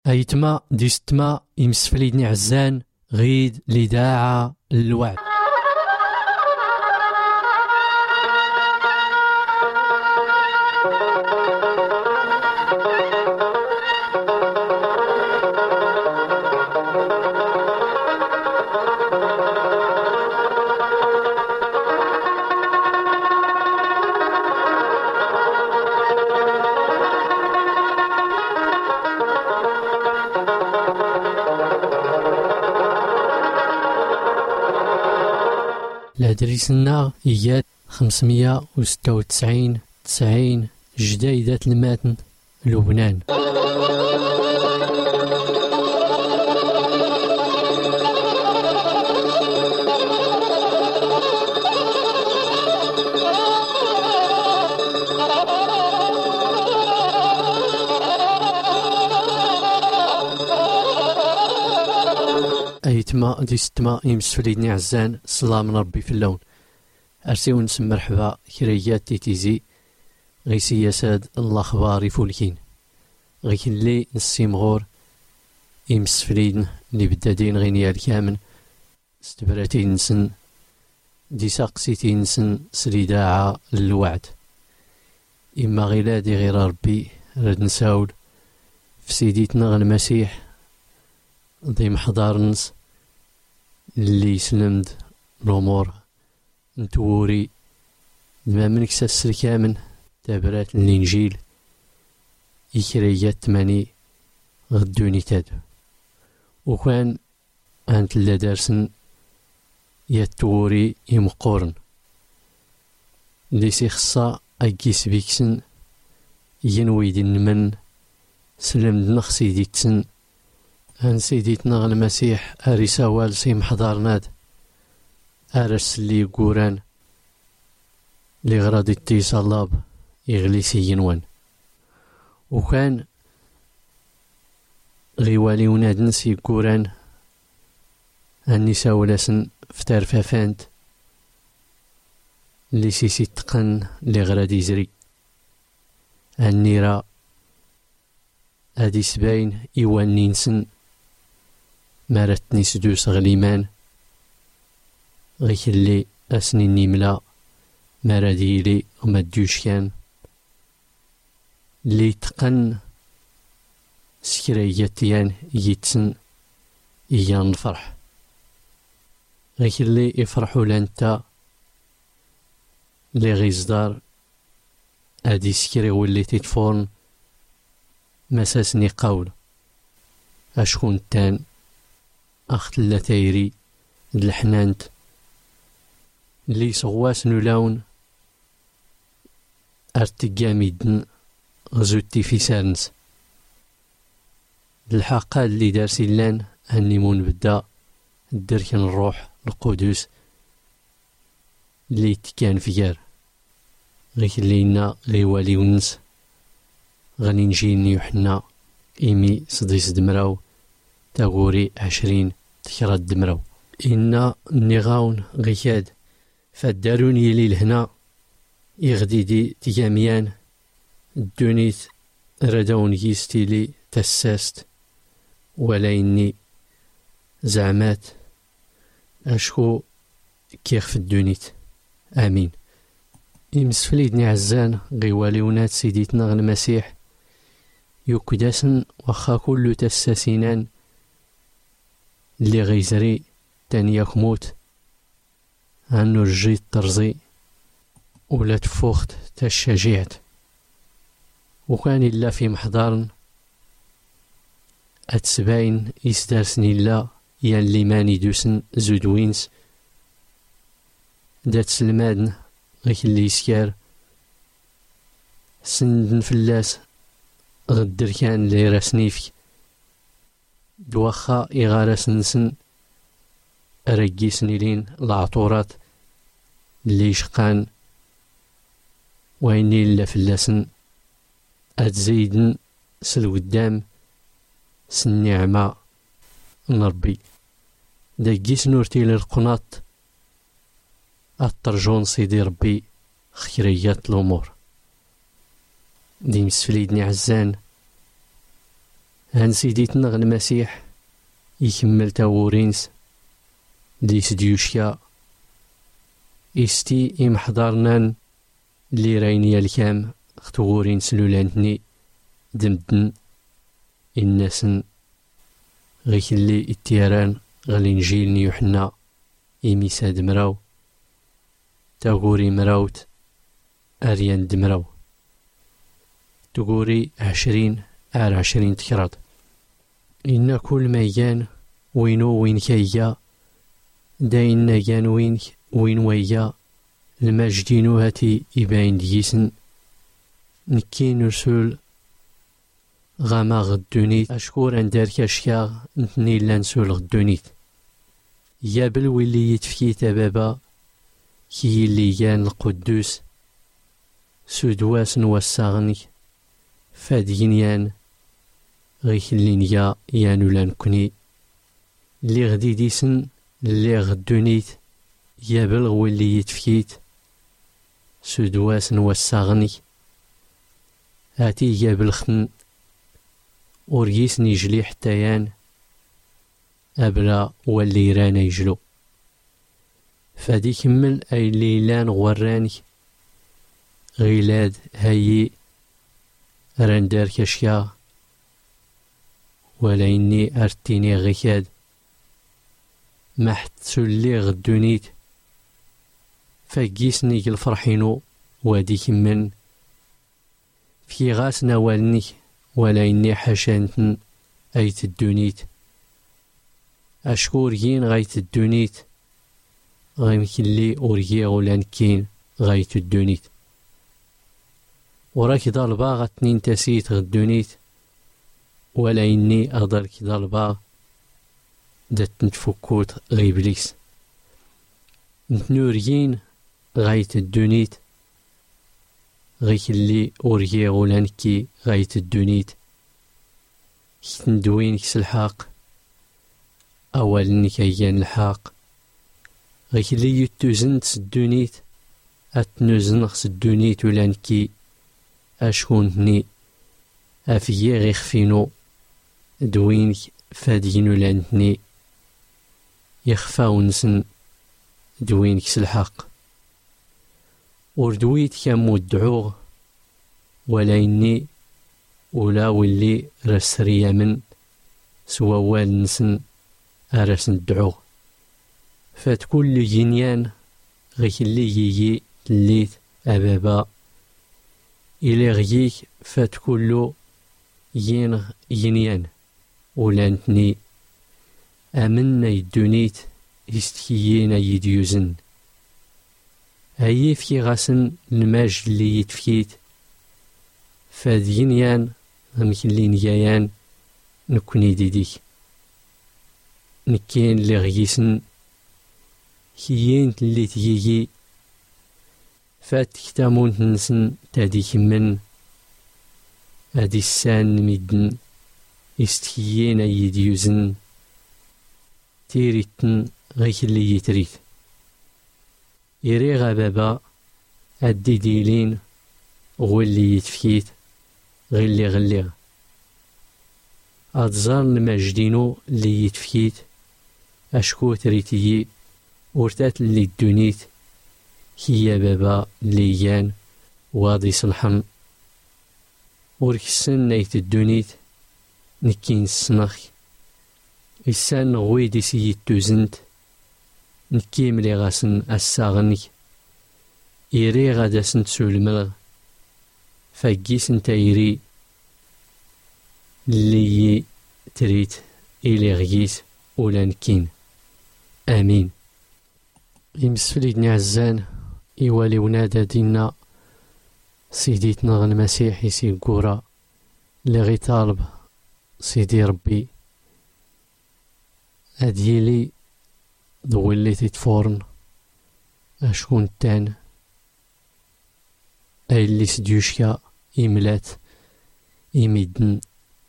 أيتما ديستما يمسفليدني عزان غيد لداعة الوعد. الأدريسنا إياد 596 90 جديدة الماتن لبنان. أيتما ديستما يمسفليدني عزان صلاة من ربي في اللون. أرسيو نسم مرحبا كريات تيتيزي غيسي يساد الله خباري فولكين غيكن لي نسيمغور يمسفليدن اللي بدادين غينيا الكامن استبراتي نسن دي ساقسيتي نسن سريداعة الوعد. إما غيلادي غير ربي رد نساول في سيديتنا المسيح ضي محضارنس اللي سلمد الأمور نتوري ما منك سسر كامن تابرات الإنجيل يكريات ماني غدوني تاد وكان أنت اللي دارسن يتوري يمقورن ليسي خصا أجيس بيكسن ينويدن من سلمد نخسي ديكسن أن سيديتنا المسيح أريساوال سيم حضارناد أرس اللي قوران لغراد التيصالاب يغليسي ينوان وكان غيوالي وناد نسي قوران أني ساولاسن فتار فافانت اللي سيسي تقن لغراد يزري أني را أدي سباين إيواني نسن مارتني سدوس غليمان غيك اللي أسني نيملا ماراديلي ومديوش كان اللي تقن سكرياتيان يتسن إيان الفرح غيك اللي يفرحوا لانتا اللي غيزدار أدي سكري واللي تتفورن مساسني قول أشكون تان أخت اللتايري الحنانت اللي صغواس نولاون أرتقاميدن غزوتي في سارنس الحقا اللي دارسي لان هنيمون بدا الدركن الروح القدس اللي تكان فيار غيك اللينا غيوالي ونس غني نجيني يوحنا إيمي صديس دمراو تاغوري 20 تكرا دمراو إنا النغاون غيكاد فالدارون يلي لهنا يغديدي تياميان الدونيت رداون يستيلي تساست ولا إني زعمات أشكو كيخ في الدونيت آمين. يمسفليدني عزان غيوالي ونات سيديتنا المسيح يكداسن وخا كل تساسينان اللي غيزري تانياك موت عنو رجي الترزي ولا تفوخت تشجيعت وكان إلا في محضارن أتسباين يستارسني الله يان ليماني دوسن زودوينس دات سلمادن غيك اللي يسكار سندن فلاس غدر كان لي راسنيفك دوخا إغارس نسن أرقيسني لين العطورات اللي شقان ويني إلا فلاسن أتزيدن سل قدام سنعمة نربي داكيس نورتي للقناط الترجون سيدي ربي خيريات الأمور دي مسفليدني عزان هان سيديتنا غ المسيح يكمل تاورينس ديس ديوشيا إستي إمحضرنا اللي رايني الكام ختورين سلولانتني دمدن الناسن غيك اللي التيران غالإنجيل يوحنا إميساد مراو تاغوري مراوت أريان دمراو تغوري 20 تكراد إن كل ما يان وينو وين كيا داين يان وين ويا المجدينو هاتي إباين ديسن نكي نرسول غاما غدونيت أشكور أن دار كاشكا نتني لانسول غدونيت يا بالولي يتفكي تبابا كي اللي يان القدوس سودواس نوساغني فادين يان غيك اللي نيا يانو لانكني اللي غدي ديسن اللي غدونيت يا بالولي يتفكيت سودواس نوساغني هاتي يا بالخن وريس نيجلي حتى يان أبلا واللي رانا يجلو فادي كمل أي ليلان غوراني غيلاد هاي راندار كشيا ولا إني أرتيني غيكاد ما حتسولي غدونيت فاقيسني الفرحينو وادي كمن في غاس نوالني ولا إني حشانتن أيت الدونيت أشكور ين غايت الدونيت غيمكن لي أوريا غولان كين غايت الدونيت وراك ضالبا غتنين تاسيت غدونيت ولا إني أضلك ضالبا دات نتفكوت غيبليس نتنوريين غايت الدونيت غيك اللي أوريا غولان كي غايت الدونيت كندوين كس الحاق أول كيان الحاق غيك اللي يتوزن تسدونيت أتنوزن خسدونيت ولانكي أشكونتني أفيا غيخفينو دوينك فادينو لانتني يخفاونسن دوينك سلحق وردويت كامو الدعوغ ولا إني ولا واللي رسريا من سوا والنسن أرسن الدعوغ فات كل جنيان غيك اللي يجي الليت أبابا إلي غيك فات كله ينيان ولانتني أمنا يدونيت يستكيين يديوزن هاي في غاسن الماج اللي يتفكيت فاد ينيان غمك اللي نيايان نكوني ديديك نكين اللي غيسن كيين اللي تيجي فات كتامون تنسن تاديك من هادي السان ميدن يستكيين يديوزن تيريتن غيك اللي يتريت يريغ بابا هادي ديلين غو اللي يتفكيت غليغ أتزار المجدينو اللي يتفكيت أشكو تريتي ورتات اللي الدونيت هي بابا ليان واضي صلحن وركسن نيت الدونيت نكين السنخ إسان غويدي سيد توزنت نكيم لي غاسن الساغنك إيري غادا سنتسو الملغ فاقيسن تايري اللي تريت إلي غيس ولا نكين آمين. يمسفليدني عزان إيوالي ونادا دينا سيديتنا غ المسيح يسي قورا اللي غي طالب سيدي ربي أديلي ضويلي تتفورن أشكون تان أي اللي سديوشكا إملات إميدن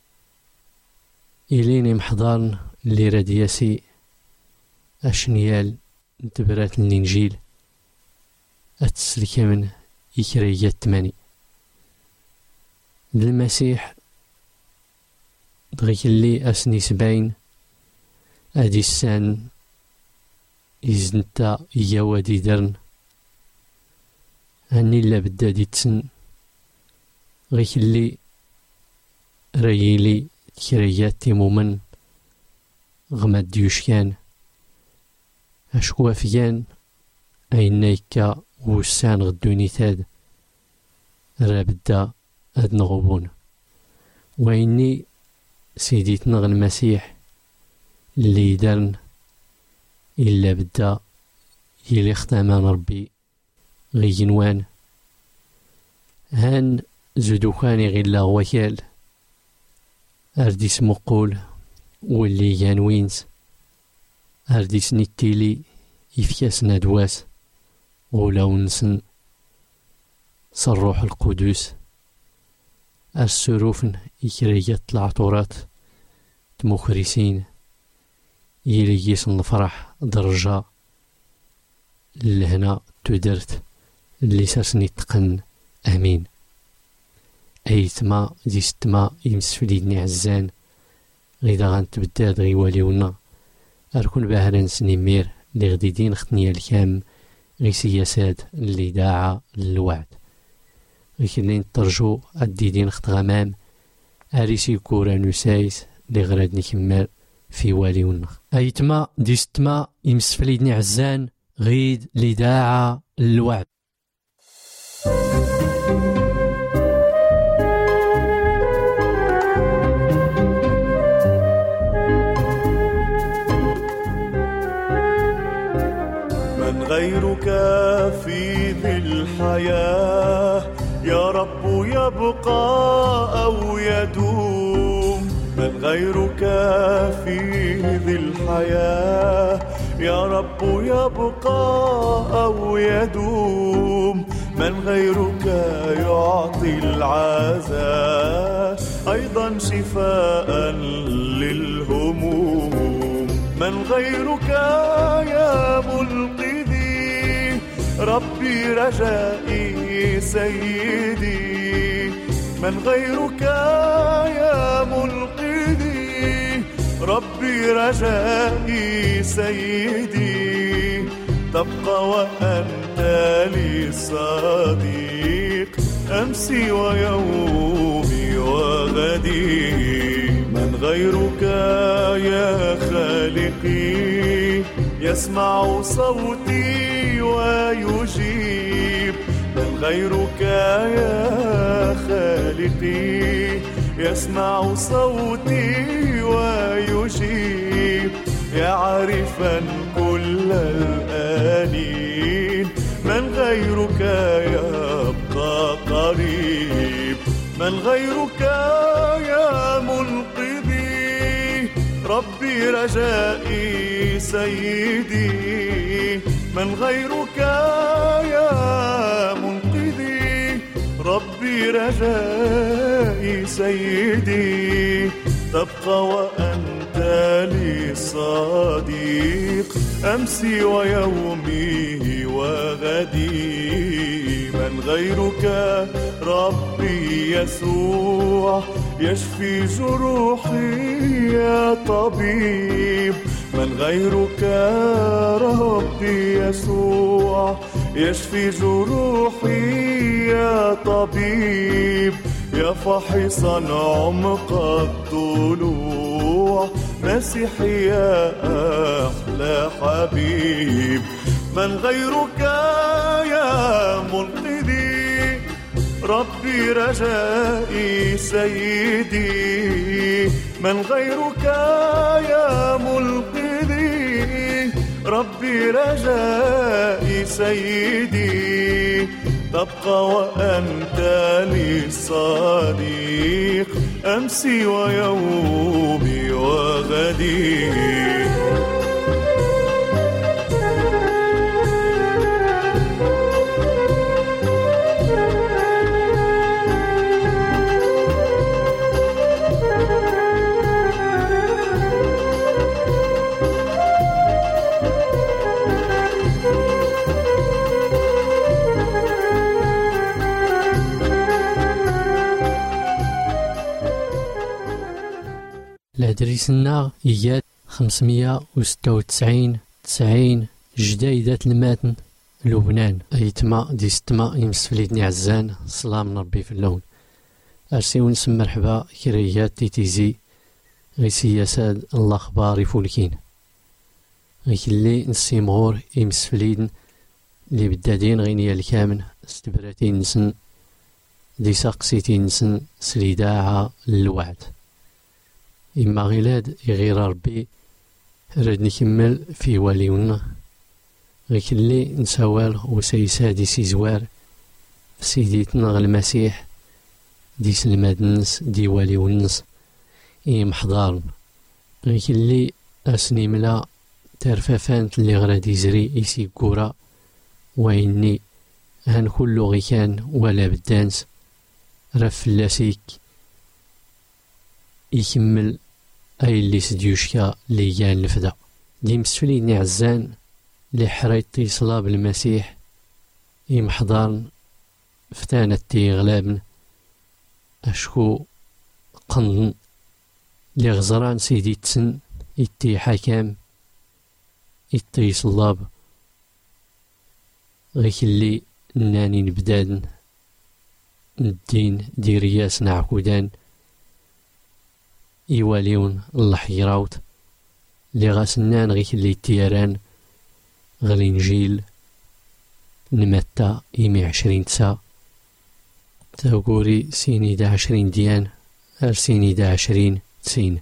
إليني محضارن اللي رادياسي أشنيال نتبرات الإنجيل أتسلكي من إكرية 8 المسيح دغيك اللي أسني سبعين أدي السان إزنتا إيا وادي درن هني لا بدا دي تسن غيك اللي ريلي كريات تيمومن غمد ديوشكان أشكوا فيان أين نايكا وسان غدوني ثاد رابدا أد نغبون وإني سيدي تنغ المسيح اللي درن إلا بدا يلي ختامان ربي غينوان هان زدوكاني غيلا غوكال أرديس مقول واللي يانوينز أرديس نتيلي يفكاس ندواس غولاو نسن صروح القدوس السروفن إكريات العطورات تمخرسين يليس الفرح درجة لهنا تدرت اللي ساسني تقن أمين أيتما زيستما يمسفليدني عزان غيدا غنتبداد غيواليونا أركون باهران سنيمير اللي غديدين ختنيا الكام غي سياسات اللي داعا للوعد غيكلين ترجو الديدين خت غمام أريسي كورا نسايس اللي غراد نكمل في واليونا أيتما ديستما يمسفليدني عزان غيد اللي داعا للوعد. غيرك في ذي الحياة يا رب يبقى أو يدوم من غيرك في ذي الحياة يا رب يبقى أو يدوم من غيرك يعطي العزاء أيضا شفاء للهموم من غيرك يا ملقي ربي رجائي سيدي من غيرك يا منقذي ربي رجائي سيدي تبقى وأنت لي صديق أمسي ويومي وغدي من غيرك يا خالقي يسمع صوتي ويجيب من غيرك يا خالقي يسمع صوتي ويجيب يعرفا كل الآنين من غيرك يبقى قريب من غيرك يا منقذي ربي رجائي سيدي من غيرك يا منقذي ربي رجائي سيدي تبقى وأنت لي صديق أمسي ويومي وغدي من غيرك ربي يسوع يشفي جروحي يا طبيب من غيرك ربي يسوع يشفي جروحي يا طبيب يا فاحصا عمق الضلوع مسيحي يا أحلى حبيب من غيرك يا منقذي ربي رجائي سيدي من غيرك يا منقذي ربي رجائي سيدي تبقى وأنت لي صديق أمسي ويومي وغدي دريسنا إيات 596 90 جديدة الماتن لبنان أيتما دي ستما يمسفليدني عزان صلاة من ربي في اللون أرسيو نسم مرحبا كريات تيتيزي غي سياساد الأخبار يفولكين غي كلي نسيمغور يمسفليدن اللي بدادين غينيا الكامن استبراتين نسن دي ساقسيتين نسن سليداعة للوعد إما غيلاد يغير ربي راد نكمل في واليونا غي كلي نسوال وسيسادي سيزوار سيديتنا المسيح دي سلمادنس دي واليونس محضارن غي كلي أسني ملا ترفافانت اللي غرادي زري إيسي كورا وإني هن كلو غي كان ولا بدانس رف اللاسيك يكمل أي اللي سديوشكا اللي جان لفدا دي مسفليني عزان اللي حريتي صلاب المسيح محضارن فتانتي غلابن أشكو قنن اللي غزران سيدي تسن إتي حكام إتي صلاب غيك اللي ناني نبدادن الدين دي رياس نعكودان يواليون اللحيراوت اللي غاسنان غيك اللي تيران غالينجيل نمتا 20 تسا تاقوري سيني 20 ديان أرسيني 20 تسين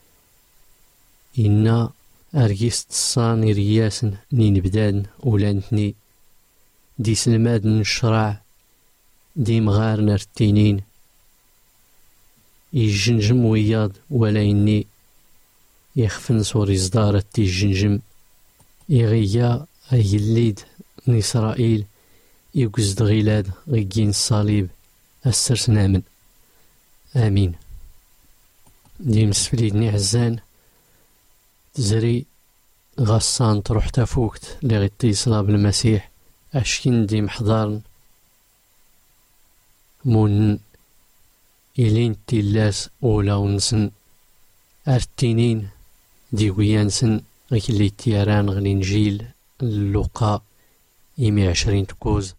إنا أرجيست الصاني رياسن نين بدان ولانتني دي سلمادن الشرع دي مغار نرتينين يجنجم وياض ولا إني يخفن صوري صدارة تي الجنجم يغيا أيليد من إسرائيل يقزد غيلاد غيين الصليب السرس نامن آمين دي مسفليدني عزان تزري غصان تروح تفوكت لغيتي صلاب المسيح أشكين دي محضارن مون إلين تيلاس أولا ونسن أرتينين دي ويانسن غيكلي تيران غلينجيل اللقاء 20 تكوز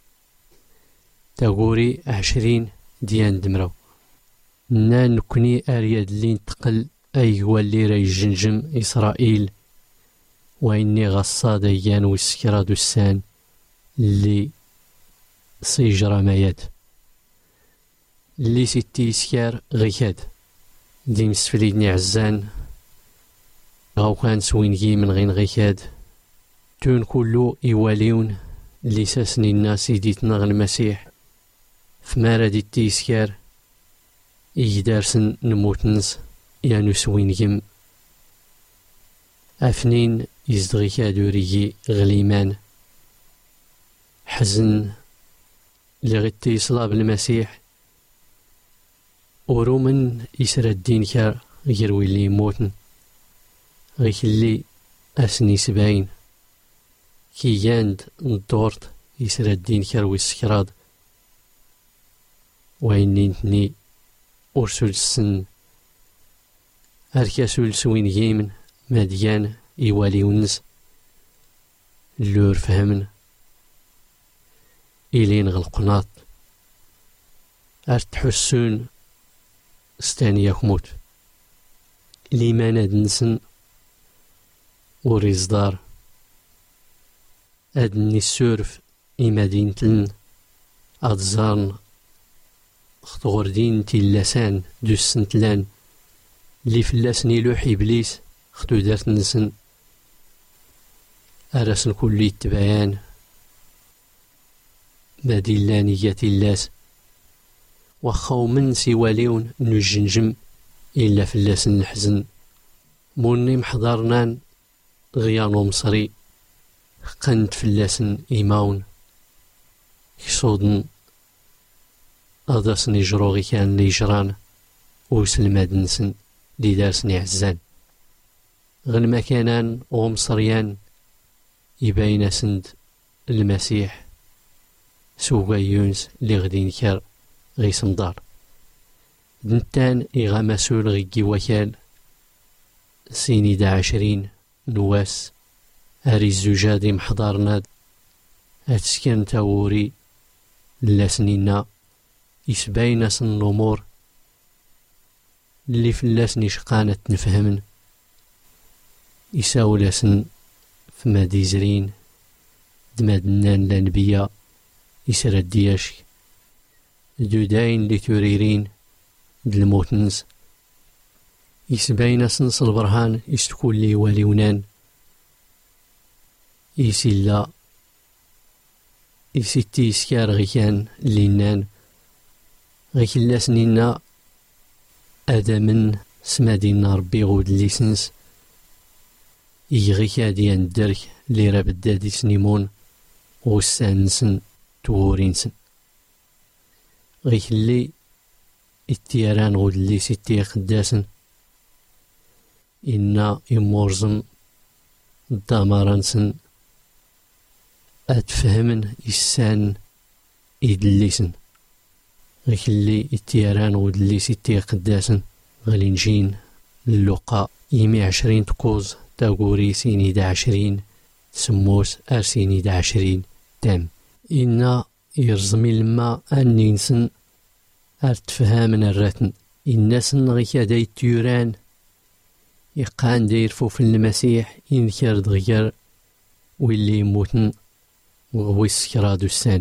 تاقوري 20 ديان دمرو نا نكوني أرياد لين تقل أيوا اللي راي جنجم إسرائيل وإني غصا ديان والسكرة دوسان اللي سيجرى مايات اللي ستي سكار غيكاد دي مسفليدني عزان غاو كان سوينجي من غين غيكاد تون كلو إيواليون اللي ساسني الناس يديتنا المسيح فما دي تيسكار يدارسن نموتنس يانو سوينجم أفنين يزدغي كادوريجي غليمان حزن لغتي صلاب المسيح ورومن يسرى الدين كار يروي اللي يموتن غيك اللي أسني 70 كي ياند ندورت يسرى الدين كار ويسكراد وإني نتني أرسل السن أركاسول سوين يمن ماديان إيوالي ونس اللور فهمن إلين غلقناط أرتحسون ستاني يخموت ليمان أدنسن وريزدار أدني السورف إمادين تلن أدزارن خطوردين تيلاسان دوسن تلان لي فلاسني لوح إبليس خطو دارت نسن أرسن كل التبيان ماديلانية اللاس وخاو من سواليون نجنجم إلا فلاسن الحزن موني محضرنان غيانو مصري قنت فلاسن إيماون كصودن أدرسني جروغي كان لي جران وسلماد نسن لي دارسني عزان غن مكانان ومصريان يبين سند المسيح سوغا يونس لي غدين كار غي سمدار دنتان إغا مسؤول غيكي وكال سيني 20 نواس أري الزجاج محضرنا أتسكن تاوري لسنينا يسباين سن الأمور اللي في اللاسني شقانة نفهمن يساولسن في مديزرين دمادنان لانبياء يسرد دياش دوداين اللي توريرين دالموتنز يسباين سنس البرهان يستكون لي واليونان يسيلا يسيتي سكار غيكان لينان غيكلا سنينا آدمن سمادينا ربي غود الليسنس يغيكا ديان الدرك لي راه بدادي سنيمون وسانسن تورينسن غيكلي التيران غود اللي ستي قداسن إنا يمورزم الدامارانسن أتفهمن إسان إدليسن غيكلي التيران غود اللي ستي قداسن غالينجين اللقاء 20 تقوز تاقوري سيني 20 سموس أرسيني 20 تام إنا يرزمي لما أنينسن أرتفهامن الرتن إناسن غيكا داي التيران يقان داير فوف المسيح ينكر دغير واللي يموتن وغوي السكراد السان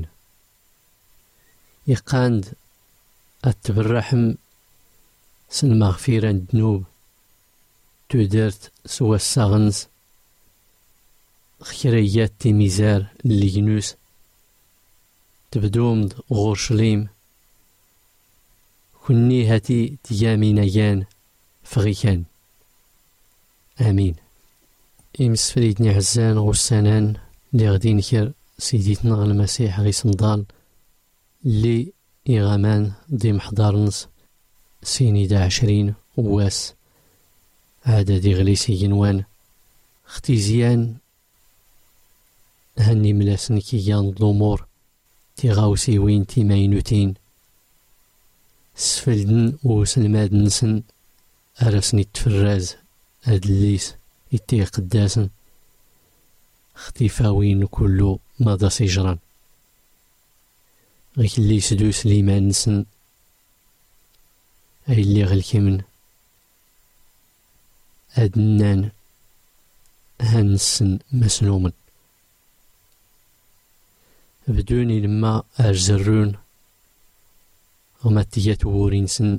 يقاند التبرحم سن مغفيرا الذنوب تودرت سوا الساغنز خيريات تيميزار اللي جنوس تبدومد غورشليم كني هاتي تيامينا جان فغيكان آمين. إمس فريدني عزان غسانان اللي غادي نكر سيديتنا المسيح غي صندال اللي إغامان دي محضرنس سيني 20 واس عدد غليسي جنوان اختيزيان هني ملاسن كيان الأمور تيغاوسي وين تيماينوتين سفلدن وسلمادنسن أرسني التفراز أدليس إتي قداسن اختفاوين كله ماذا سيجران غيك اللي سدو سليمان نسن أي اللي غالكمن أدنان هنسن مسنومن بدوني لما أرزرون وما تيات وورينسن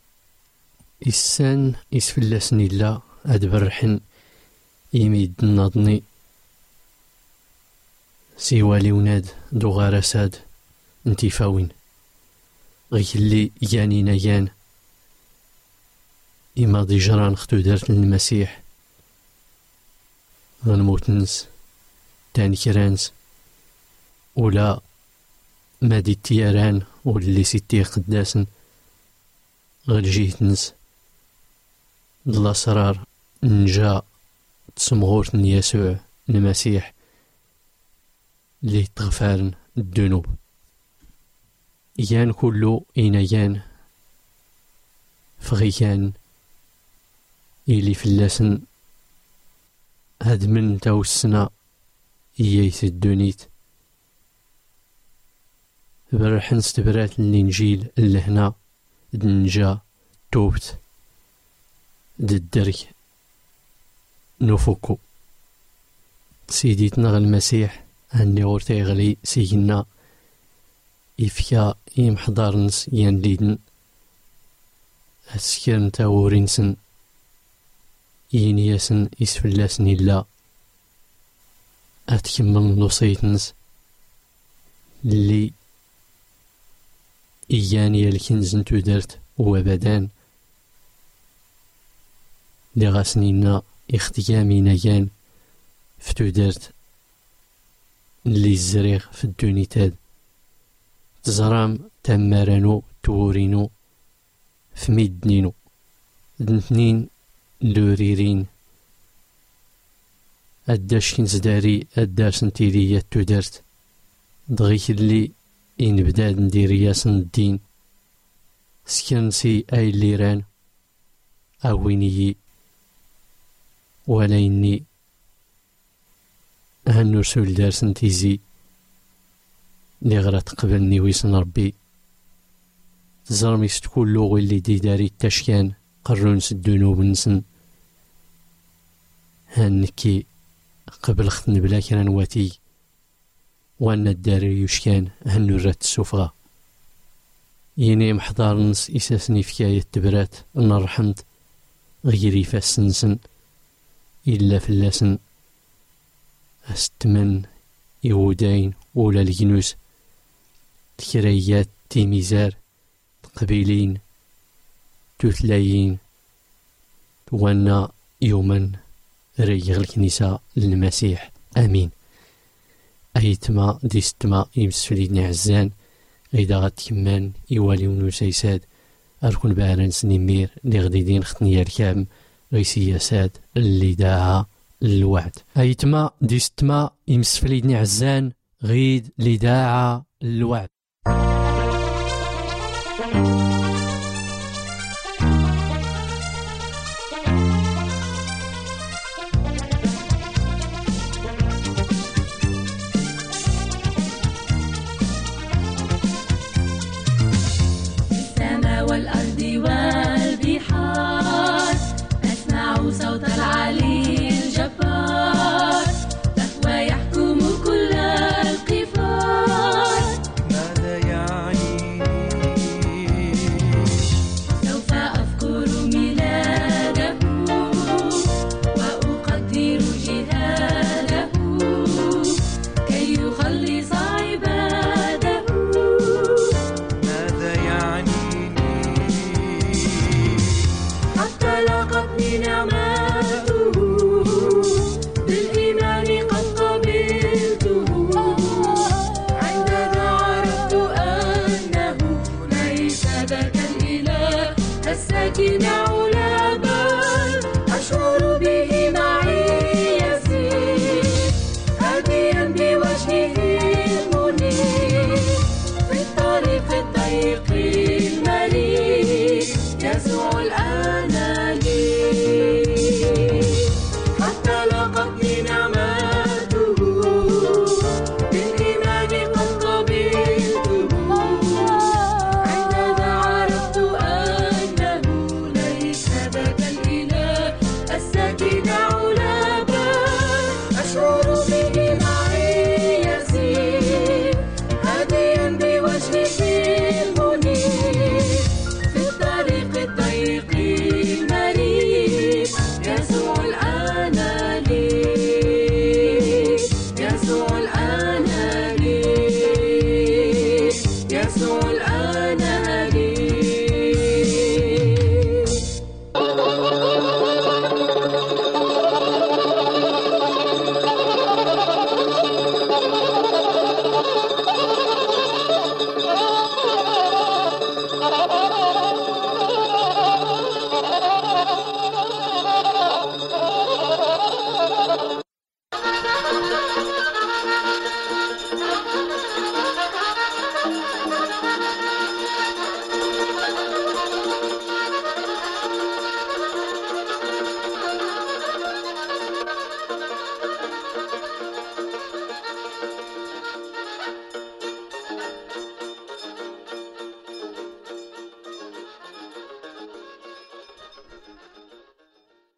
إسان إسفلسن إلا أدبرحن يميد النضني سيوالي وناد دو غارساد انتفاوين غيك اللي ياني نيان إما دي جران ختو دارت المسيح غنموتنس تاني كرانس ولا مادي التياران واللي ستي قداسن غالجيتنس الأسرار نجا تسمغورتن يسوع المسيح اللي تغفارن الذنوب يان كله إنيان فغيان إلي فلاسن هاد من تاو السنة إيايث الدونيت برحن استبرات الإنجيل اللي هنا دنجا توبت ددرك نفوكو سيديتنا المسيح أني غورتي غلي سيجنا إفكا يمحضرنس ينليدن أسكرن تاورينسن ينياسن إسفلاسن إلا أتكمل نصيتنس اللي إياني الكنز نتو درت وابدان لغاسنينا اختيامينا يان فتو درت اللي الزريغ في الدونيتاد تزرام تمارانو تورينو في ميدنينو دنتنين لوريرين أداش كنزداري أداش نتيريات تودرت دغيك اللي إن بداد ندير ياسن الدين سكنسي أي الليران أوينيي ولا إني هالنرسول دارس نتيزي اللي غرا تقبلني ويسن ربي تزرمي ستكون لغي اللي دي داري التشكان قرونس الدنوب نسن هانكي قبل ختن بلا كان واتي وأن الداري يشكان هالنرات السفغة يني محضار نس إساسني فكاية تبرات أن رحمت غيري فاسنسن إلا فلاسن أستمن يودين ولا الجنوس تكريات تيميزار قبيلين تثلايين وانا يوما ريغ الكنيسة للمسيح آمين. أيتما ديستما يمسفليدني عزان غيدا غتكمان يوالي ونسيساد أركن باران سنمير لغديدين ختنيا الكام غيسياسات اللي داها الوعد. أيتما ديستما يمسفليدني عزان غيد لداعة الوعد. السماء والأرض والبحار أسمع صوت العلي